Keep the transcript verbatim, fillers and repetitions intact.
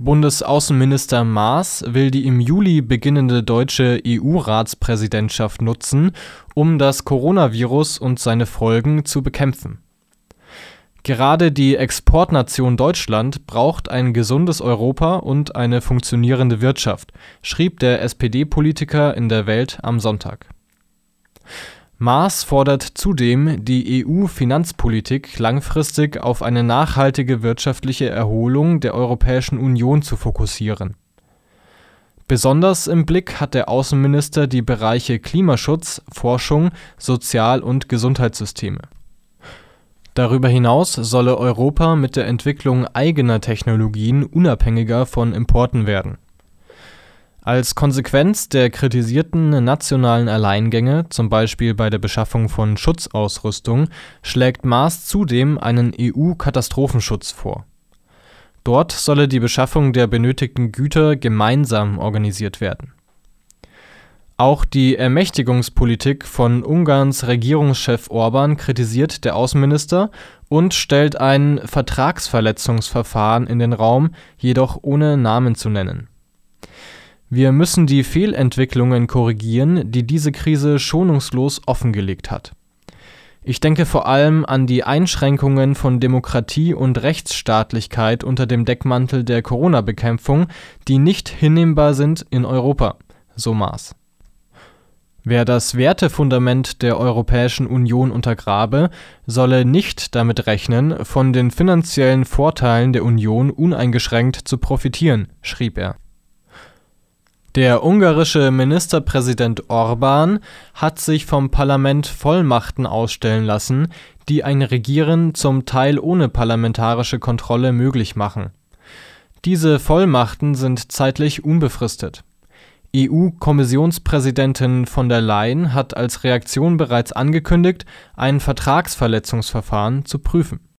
Bundesaußenminister Maas will die im Juli beginnende deutsche E U-Ratspräsidentschaft nutzen, um das Coronavirus und seine Folgen zu bekämpfen. Gerade die Exportnation Deutschland braucht ein gesundes Europa und eine funktionierende Wirtschaft, schrieb der S P D-Politiker in der Welt am Sonntag. Maas fordert zudem, die E U-Finanzpolitik langfristig auf eine nachhaltige wirtschaftliche Erholung der Europäischen Union zu fokussieren. Besonders im Blick hat der Außenminister die Bereiche Klimaschutz, Forschung, Sozial- und Gesundheitssysteme. Darüber hinaus solle Europa mit der Entwicklung eigener Technologien unabhängiger von Importen werden. Als Konsequenz der kritisierten nationalen Alleingänge, zum Beispiel bei der Beschaffung von Schutzausrüstung, schlägt Maas zudem einen E U-Katastrophenschutz vor. Dort solle die Beschaffung der benötigten Güter gemeinsam organisiert werden. Auch die Ermächtigungspolitik von Ungarns Regierungschef Orbán kritisiert der Außenminister und stellt ein Vertragsverletzungsverfahren in den Raum, jedoch ohne Namen zu nennen. Wir müssen die Fehlentwicklungen korrigieren, die diese Krise schonungslos offengelegt hat. Ich denke vor allem an die Einschränkungen von Demokratie und Rechtsstaatlichkeit unter dem Deckmantel der Corona-Bekämpfung, die nicht hinnehmbar sind in Europa, so Maas. Wer das Wertefundament der Europäischen Union untergrabe, solle nicht damit rechnen, von den finanziellen Vorteilen der Union uneingeschränkt zu profitieren, schrieb er. Der ungarische Ministerpräsident Orbán hat sich vom Parlament Vollmachten ausstellen lassen, die ein Regieren zum Teil ohne parlamentarische Kontrolle möglich machen. Diese Vollmachten sind zeitlich unbefristet. E U-Kommissionspräsidentin von der Leyen hat als Reaktion bereits angekündigt, ein Vertragsverletzungsverfahren zu prüfen.